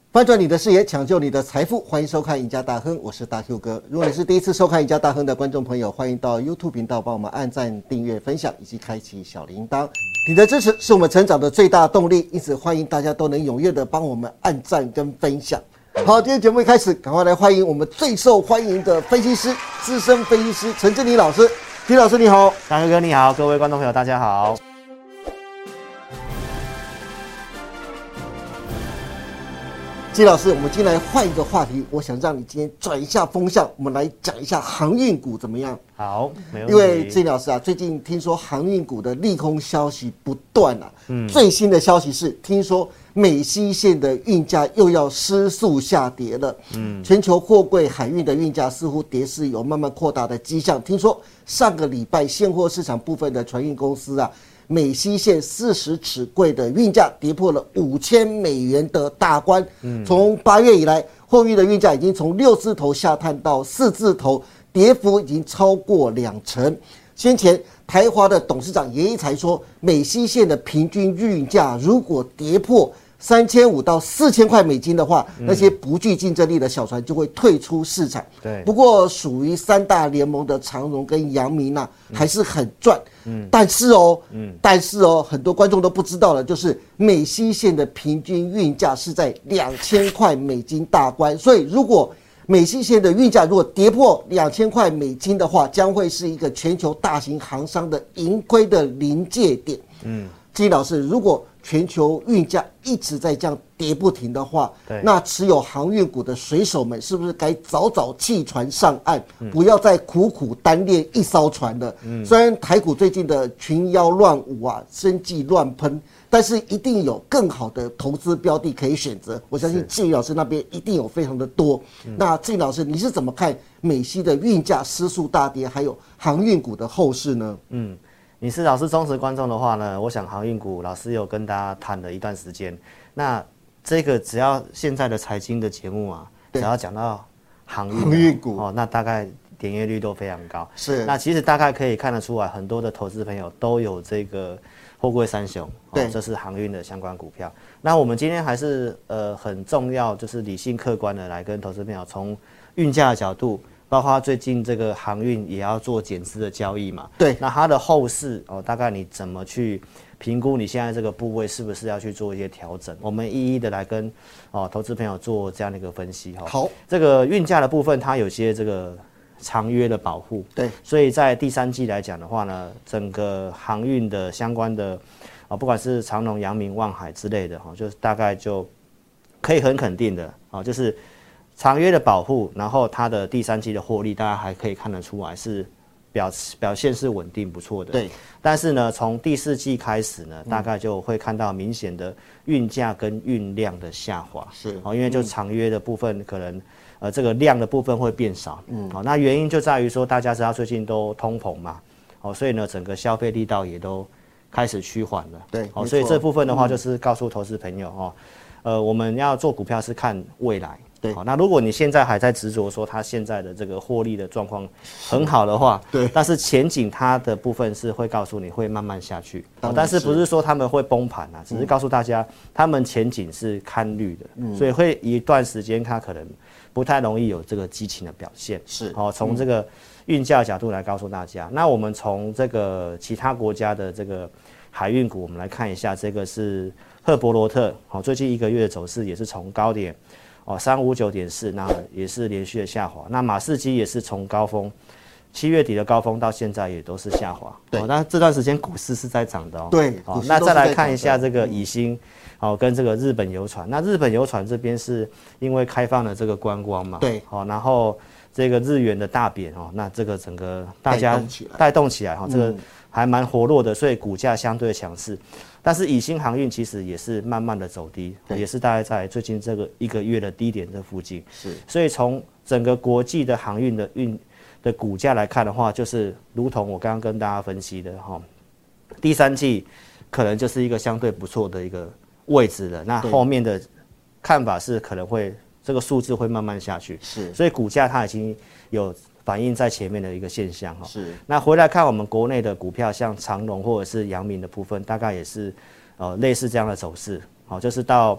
翻转你的视野，抢救你的财富，欢迎收看《赢家大亨》，我是大 Q 哥。如果你是第一次收看《赢家大亨》的观众朋友，欢迎到 YouTube 频道帮我们按赞、订阅、分享以及开启小铃铛。你的支持是我们成长的最大动力，因此欢迎大家都能踊跃的帮我们按赞跟分享。好，今天节目一开始，赶快来欢迎我们最受欢迎的分析师、资深分析师陈志林老师。李老师你好， 大哥你好，各位观众朋友大家好。 季老师，我们今天来换一个话题，我想让你今天转一下风向，我们来讲一下航运股怎么样？ 好，没问题。 因为季老师啊，最近听说航运股的利空消息不断啊，最新的消息是，听说美西线的运价又要失速下跌了，全球货柜海运的运价似乎跌势有慢慢扩大的迹象。听说上个礼拜现货市场部分的船运公司啊，美西线40尺柜的运价跌破了$5000的大关。从8月以来，货运的运价已经从6字头下探到4字头，跌幅已经超过20%。先前台华的董事长严一才说，美西线的平均运价如果跌破$3500到$4000块的话，那些不具竞争力的小船就会退出市场。 对， 不过属于3大联盟的长荣跟阳明啊，还是很赚。但是哦，很多观众都不知道了，就是美西线的平均运价是在$2000块大关，所以如果美西线的运价如果跌破$2000块的话，将会是一个全球大型航商的盈亏的临界点。金老师，如果全球运价一直在这样跌不停的话，那持有航运股的水手们是不是该早早弃船上岸，不要再苦苦单练一艘船了？虽然台股最近的群妖乱舞啊，生计乱喷，但是一定有更好的投资标的可以选择。我相信志宇老师那边一定有非常的多。那志宇老师，你是怎么看美西的运价失速大跌，还有航运股的后市呢？ 你是老师忠实观众的话呢，我想航运股老师有跟大家谈了一段时间。那这个只要现在的财经的节目啊，只要讲到航运股哦，那大概点阅率都非常高。是，那其实大概可以看得出来，很多的投资朋友都有这个货柜三雄，对，这是航运的相关股票。那我们今天还是很重要，就是理性客观的来跟投资朋友从运价的角度。包括最近这个航运也要做减资的交易嘛？对，那它的后市哦，大概你怎么去评估你现在这个部位是不是要去做一些调整？我们一一的来跟投资朋友做这样的一个分析哈。好，这个运价的部分它有些这个长约的保护，对，所以在第3季来讲的话呢，整个航运的相关的不管是长荣、阳明、万海之类的哈，就是大概就可以很肯定的就是。长约的保护，然后它的第3季的获利，大家还可以看得出来是表现是稳定不错的。对，但是呢，从第4季开始呢，大概就会看到明显的运价跟运量的下滑。是，因为就长约的部分可能这个量的部分会变少。那原因就在于说大家知道最近都通膨嘛，所以呢整个消费力道也都开始趋缓了。对，所以这部分的话就是告诉投资朋友我们要做股票是看未来。对，好，那如果你现在还在执着说它现在的这个获利的状况很好的话，对，但是前景它的部分是会告诉你会慢慢下去，但是不是说他们会崩盘啊，只是告诉大家他们前景是看绿的，所以会一段时间它可能不太容易有这个激情的表现。是，从这个运价角度来告诉大家。那我们从这个其他国家的这个海运股，我们来看一下，这个是赫伯罗特，最近1个月的走势也是从高点。359.4，那也是连续的下滑。那马士基也是从高峰，7月底的高峰到现在也都是下滑。对，那这段时间股市是在涨的对，那再来看一下这个以新，跟这个日本邮船。那日本邮船这边是因为开放了这个观光嘛？对，然后这个日元的大贬那这个整个大家带动起来这个还蛮活络的，所以股价相对强势。但是以新航运其实也是慢慢的走低，也是大概在最近这个1个月的低点这附近。是，所以从整个国际的航运的股价来看的话，就是如同我刚刚跟大家分析的第3季可能就是一个相对不错的一个位置了。那后面的看法是可能会这个数字会慢慢下去。是，所以股价它已经有反映在前面的一个现象是。那回来看我们国内的股票，像长荣或者是阳明的部分，大概也是类似这样的走势。就是到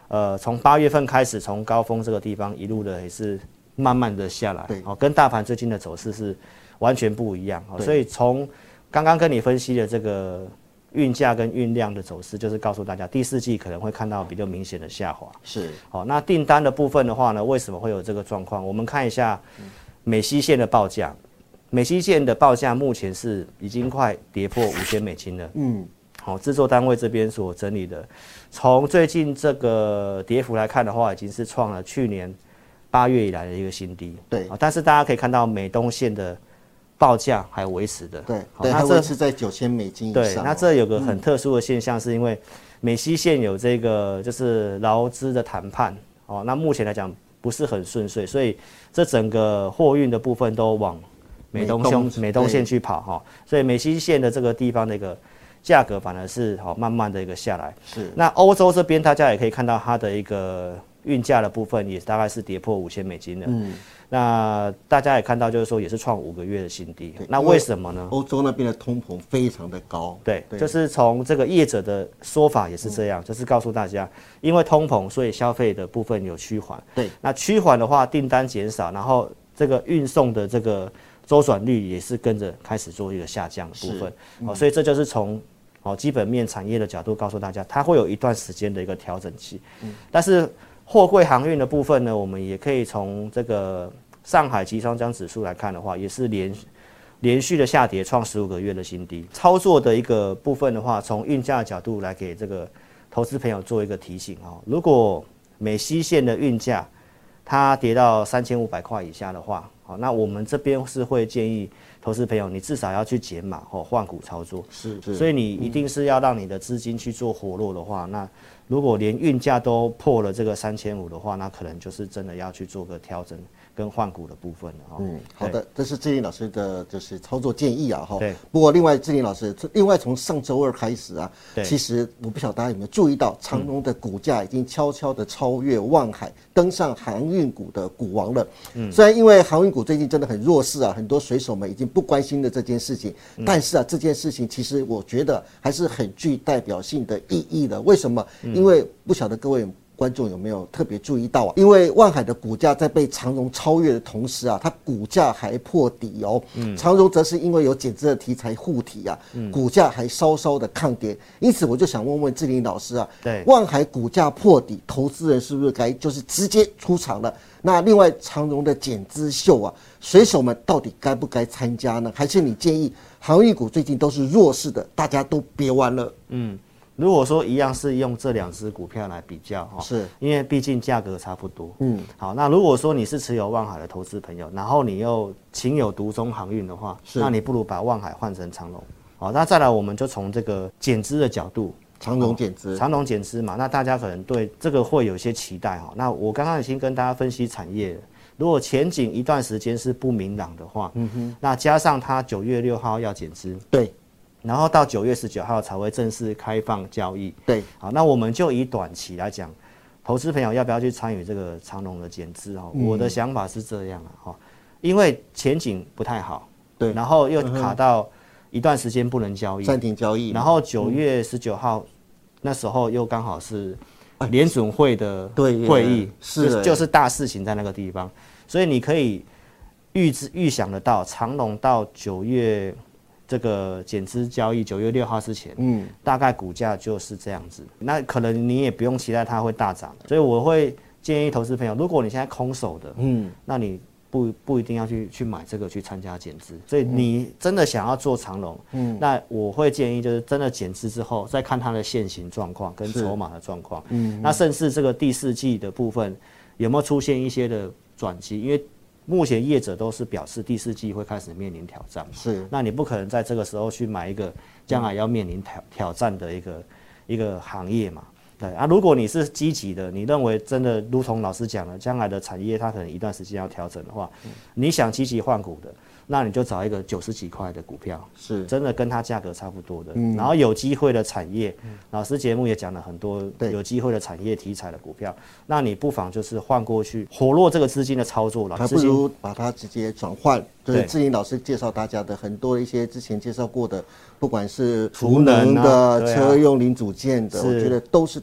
从8月份开始，从高峰这个地方一路的也是慢慢的下来，跟大盘最近的走势是完全不一样，所以从刚刚跟你分析的这个运价跟运量的走势，就是告诉大家第4季可能会看到比较明显的下滑。 是， 好，那订单的部分的话呢，为什么会有这个状况？我们看一下美西线的报价，美西线的报价目前是已经快跌破$5000了。好，制作单位这边所整理的，从最近这个跌幅来看的话，已经是创了去年8月以来的一个新低。 对， 但是大家可以看到美东线的报价还维持的， 对，还维持在$9000以上。 对，那这有个很特殊的现象，是因为美西线有这个就是劳资的谈判，那目前来讲不是很顺遂，所以这整个货运的部分都往美东线去跑，所以美西线的这个地方的一个价格反而是慢慢的一个下来。 是， 那欧洲这边大家也可以看到它的一个运价的部分也大概是跌破$5000了。那大家也看到，就是说也是创5个月的新低。那为什么呢？ 欧洲那边的通膨非常的高。 对，就是从这个业者的说法也是这样，就是告诉大家，因为通膨，所以消费的部分有趋缓。 对， 那趋缓的话，订单减少，然后这个运送的这个周转率也是跟着开始做一个下降的部分。所以这就是从基本面产业的角度告诉大家，它会有一段时间的一个调整期。但是货柜航运的部分呢，我们也可以从这个上海集装箱指数来看的话，也是连续的下跌，创15个月的新低。操作的一个部分的话，从运价的角度来给这个投资朋友做一个提醒如果美西线的运价它跌到3500块以下的话，那我们这边是会建议投资朋友，你至少要去减码换股操作。 是， 所以你一定是要让你的资金去做活络的话，那如果连运价都破了这个3500的话，那可能就是真的要去做个调整跟换股的部分了好的，这是志霖老师的就是操作建议对。 不过另外志霖老师，从上周二开始其实我不晓得大家有没有注意到，长荣的股价已经悄悄的超越万海，登上航运股的股王了。虽然因为航运股最近真的很弱势很多水手们已经不关心的这件事情，但是这件事情其实我觉得还是很具代表性的意义的。为什么？因为不晓得各位观众有没有特别注意到因为万海的股价在被长荣超越的同时它股价还破底长荣则是因为有减资的题材护体股价还稍稍的抗跌。因此我就想问问志霖老师对， 万海股价破底，投资人是不是该就是直接出场了？那另外长荣的减资秀水手们到底该不该参加呢？还是你建议航运股最近都是弱势的，大家都别玩了？ 如果说一样是用这2只股票来比较是因为毕竟价格差不多。好，那如果说你是持有万海的投资朋友，然后你又情有独钟航运的话，那你不如把万海换成长荣。好，那再来我们就从这个减资的角度， 长荣减资嘛，那大家可能对这个会有一些期待那我刚刚已经跟大家分析产业了，如果前景一段时间是不明朗的话，那加上它9月6号要减资， 对。 然后到9月19号才会正式开放交易。 对， 好，那我们就以短期来讲，投资朋友要不要去参与这个长荣的减资我的想法是这样因为前景不太好， 对， 然后又卡到一段时间不能交易， 暂停交易， 然后9月19号那时候又刚好是联准会的会议，就是大事情在那个地方，所以你可以预想得到，长荣到9月。这个减资交易9月6号之前，大概股价就是这样子。那可能你也不用期待它会大涨，所以我会建议投资朋友，如果你现在空手的，那你不一定要去买这个去参加减资。所以你真的想要做长荣，那我会建议就是真的减资之后，再看它的现行状况跟筹码的状况，那甚至这个第4季的部分有没有出现一些的转机，因为。目前业者都是表示第4季会开始面临挑战，那你不可能在这个时候去买一个将来要面临挑战的一个行业嘛？对如果你是积极的，你认为真的如同老师讲的，将来的产业它可能一段时间要调整的话，你想积极换股的，那你就找一个90几块的股票， 是真的跟它价格差不多的，然后有机会的产业，老师节目也讲了很多有机会的产业题材的股票，那你不妨就是换过去，活络这个资金的操作了， 还不如把它直接转换。就是志霖老师介绍大家的很多一些之前介绍过的，不管是储能的、车用零组件的，我觉得都是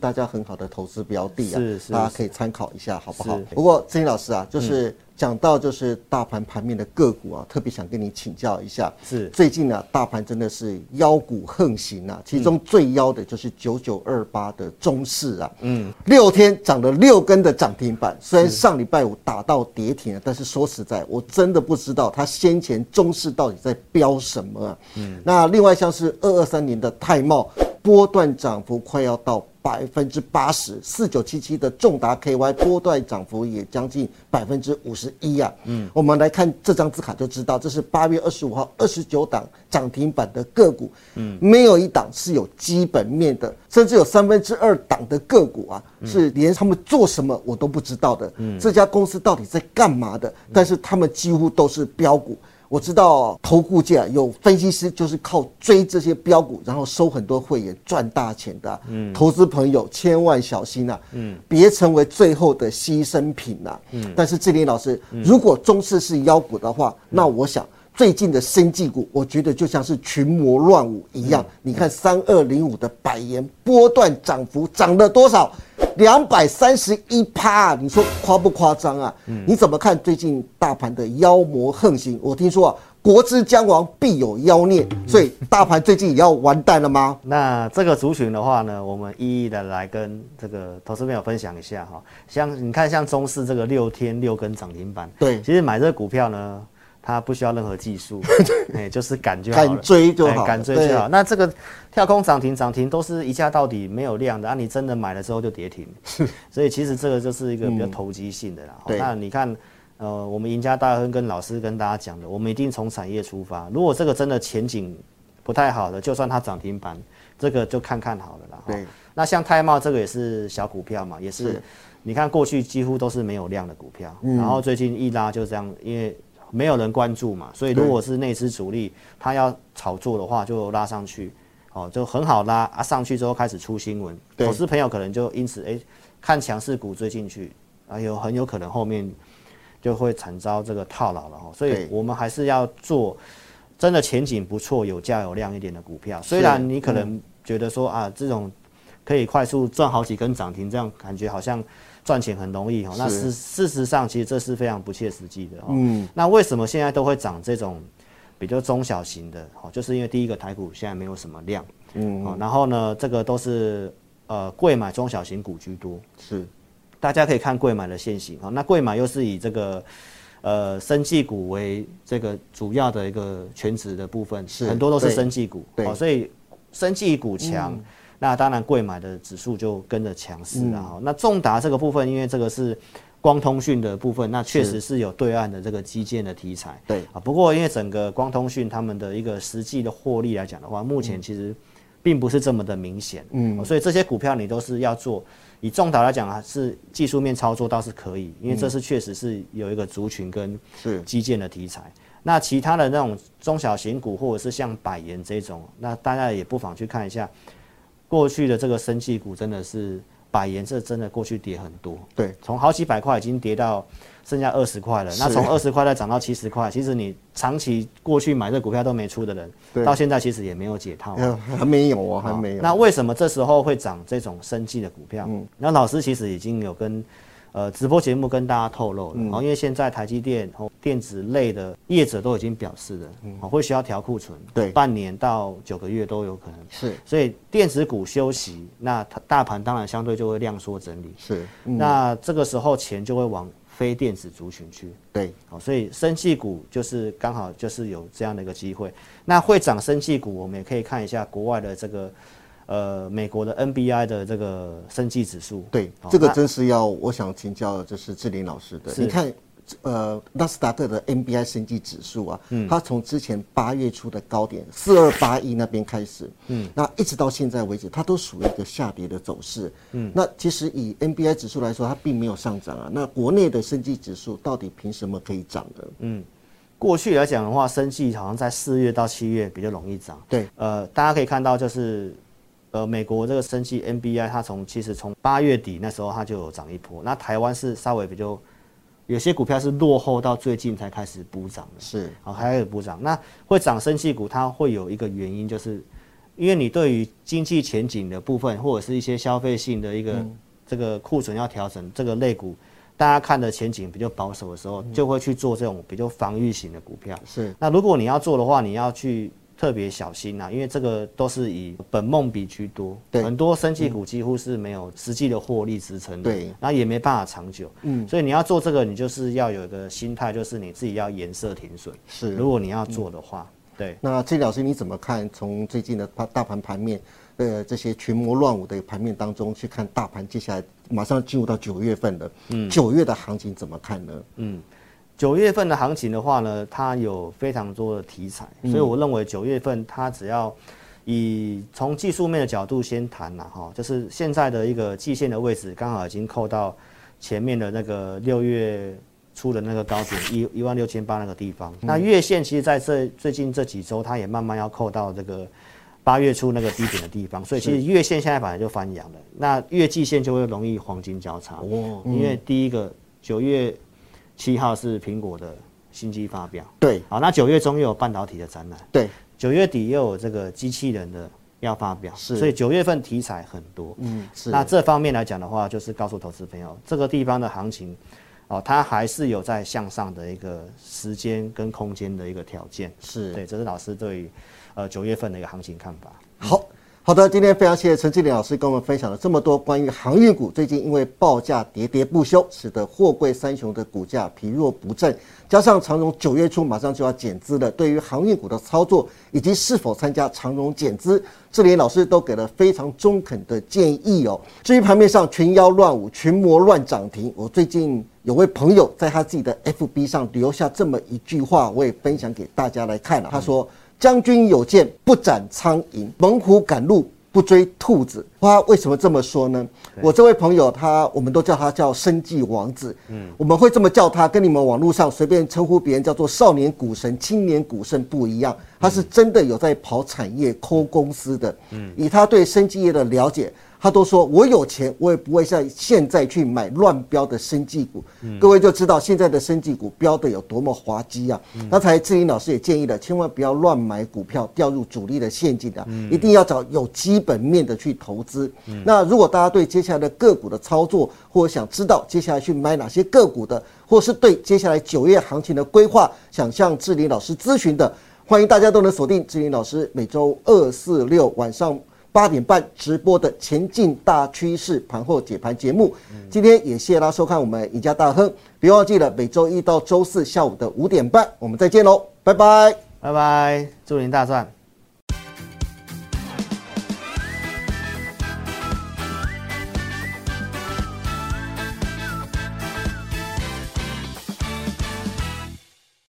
大家很好的投资标的啊， 是大家可以参考一下，好不好？ 是不过志霖老师啊，就是讲到就是大盘盘面的个股啊，特别想跟你请教一下。 是最近呢，大盘真的是妖股横行啊，其中最妖的就是9928的中视啊，6天涨了6根的涨停板。虽然上礼拜五打到跌停了，但是说实在，我真的不知道它先前中视到底在飙什么啊。那另外像是223年的泰茂，波段涨幅快要到80%，4977的重达 KY 波段涨幅也将近51%啊。我们来看这张字卡就知道，这是8月25号29档涨停板的个股，没有一档是有基本面的，甚至有2/3档的个股啊，是连他们做什么我都不知道的。这家公司到底在干嘛的？但是他们几乎都是标股。我知道投顾界有分析师就是靠追这些标股，然后收很多会员赚大钱的投资朋友千万小心啊，别成为最后的牺牲品啊。但是志霖老师，如果中视是妖股的话，那我想最近的生技股，我觉得就像是群魔乱舞一样。你看3205的百元波段涨幅涨了多少？231%，你说夸不夸张啊？你怎么看最近大盘的妖魔横行？我听说啊，国之将亡，必有妖孽，所以大盘最近也要完蛋了吗？ 那这个族群的话呢，我们一一的来跟这个投资朋友分享一下哈。像你看，像中视这个6天6根涨停板， 对， 其实买这个股票呢，它不需要任何技术，就是赶就好了， 敢追就好， 敢追就好。那这个跳空涨停都是一价到底没有量的啊，你真的买了之后就跌停，所以其实这个就是一个比较投机性的啦。那你看，我们赢家大亨跟老师跟大家讲的，我们一定从产业出发。如果这个真的前景不太好的，就算它涨停板，这个就看好了啦。 对， 那像泰茂这个也是小股票嘛，也是你看过去几乎都是没有量的股票，然后最近一拉就这样，因为没有人关注嘛，所以如果是内资主力，他要炒作的话，就拉上去，就很好拉啊，上去之后开始出新闻，投资朋友可能就因此看强势股追进去，很有可能后面就会惨遭这个套牢了哈，所以我们还是要做真的前景不错、有价有量一点的股票。虽然你可能觉得说这种可以快速赚好几根涨停，这样感觉好像赚钱很容易哈，那事实上其实这是非常不切实际的。那为什么现在都会涨这种比较中小型的？就是因为第一个台股现在没有什么量，然后呢，这个都是贵买中小型股居多， 是大家可以看贵买的现形。那贵买又是以这个生技股为这个主要的一个全值的部分，很多都是生技股，所以生技股强。那当然，贵买的指数就跟着强势了。那重达这个部分，因为这个是光通讯的部分，那确实是有对岸的这个基建的题材。 对不过因为整个光通讯他们的一个实际的获利来讲的话，目前其实并不是这么的明显。所以这些股票你都是要做。以重达来讲是技术面操作倒是可以，因为这是确实是有一个族群跟基建的题材。那其他的那种中小型股或者是像百元这种，那大家也不妨去看一下。过去的这个生技股真的是百元，这真的过去跌很多， 对， 从好几百块已经跌到剩下20块了。那从20块再涨到70块，其实你长期过去买这股票都没出的人，到现在其实也没有解套， 还没有哦，还没有。 那为什么这时候会涨这种生技的股票？那老师其实已经有跟直播节目跟大家透露了，因为现在台积电电子类的业者都已经表示了，会需要调库存， 对， 半年到9个月都有可能， 是， 所以电子股休息，那大盘当然相对就会量缩整理， 是， 那这个时候钱就会往非电子族群去， 对， 所以生技股就是刚好就是有这样的一个机会。那会涨生技股，我们也可以看一下国外的这个。美国的 NBI 的这个生技指数， 对，这个真是我想请教的就是志霖老师的。你看，纳斯达克的 NBI 生技指数啊，它从之前8月初的高点4281那边开始，那一直到现在为止，它都属于一个下跌的走势。那其实以 NBI 指数来说，它并没有上涨啊。那国内的生技指数到底凭什么可以涨呢？ 过去来讲的话，生技好像在4月到7月比较容易涨。 对， 大家可以看到就是。美国这个生技 NBI 它其实从8月底那时候它就有涨一波，那台湾是稍微比较有些股票是落后到最近才开始补涨的， 是， 还有补涨。那会涨生技股，它会有一个原因就是因为你对于经济前景的部分，或者是一些消费性的一个这个库存要调整，这个类股大家看的前景比较保守的时候，就会去做这种比较防御型的股票。 是。 那如果你要做的话，你要去特别小心因为这个都是以本梦比居多，很多生技股几乎是没有实际的获利支撑的，对，然后也没办法长久，所以你要做这个，你就是要有一个心态，就是你自己要严设停损，是，如果你要做的话，对。 那志老师你怎么看？从最近的大盘盘面，这些群魔乱舞的盘面当中去看大盘，接下来马上进入到9月份了，9月的行情怎么看呢 ？9月份的行情的话呢，它有非常多的题材，所以我认为9月份它只要从技术面的角度先谈就是现在的一个季线的位置刚好已经扣到前面的那个6月初的那个高点16800那个地方。那月线其实在最近这几周，它也慢慢要扣到这个8月初那个低点的地方，所以其实月线现在本来就翻阳了，那月季线就会容易黄金交叉，因为第一个9月7号是苹果的新机发表，对，好，那9月中又有半导体的展览，对，9月底又有这个机器人的要发表，是，所以9月份题材很多，是。那这方面来讲的话，就是告诉投资朋友，这个地方的行情，它还是有在向上的一个时间跟空间的一个条件，是对，这是老师对于9月份的一个行情看法。 好的，今天非常谢谢陈志霖老师跟我们分享了这么多关于航运股最近因为报价喋喋不休，使得货柜三雄的股价疲弱不振，加上长荣9月初马上就要减资了，对于航运股的操作以及是否参加长荣减资，志霖老师都给了非常中肯的建议哦。至于盘面上群妖乱舞、群魔乱涨停，我最近有位朋友在他自己的 FB 上留下这么一句话，我也分享给大家来看他说：将军有剑不斩苍蝇，猛虎赶路不追兔子。他为什么这么说呢？我这位朋友我们都叫他叫生技王子，我们会这么叫他，跟你们网络上随便称呼别人叫做少年股神、青年股神不一样，他是真的有在跑产业、抠公司的。以他对生技业的了解，他都说我有钱，我也不会像现在去买乱标的生技股。各位就知道现在的生技股标的有多么滑稽啊！刚才志霖老师也建议了，千万不要乱买股票，掉入主力的陷阱啊！一定要找有基本面的去投资。那如果大家对接下来的个股的操作，或者想知道接下来去买哪些个股的，或是对接下来9月行情的规划，想向志霖老师咨询的，欢迎大家都能锁定志霖老师每周2、4、6晚上8点半直播的前进大趋势盘后解盘节目。今天也谢谢大家收看我们赢家大亨，别忘记了每周1到周4下午的5点半，我们再见喽，拜拜， 拜拜，祝您大赚。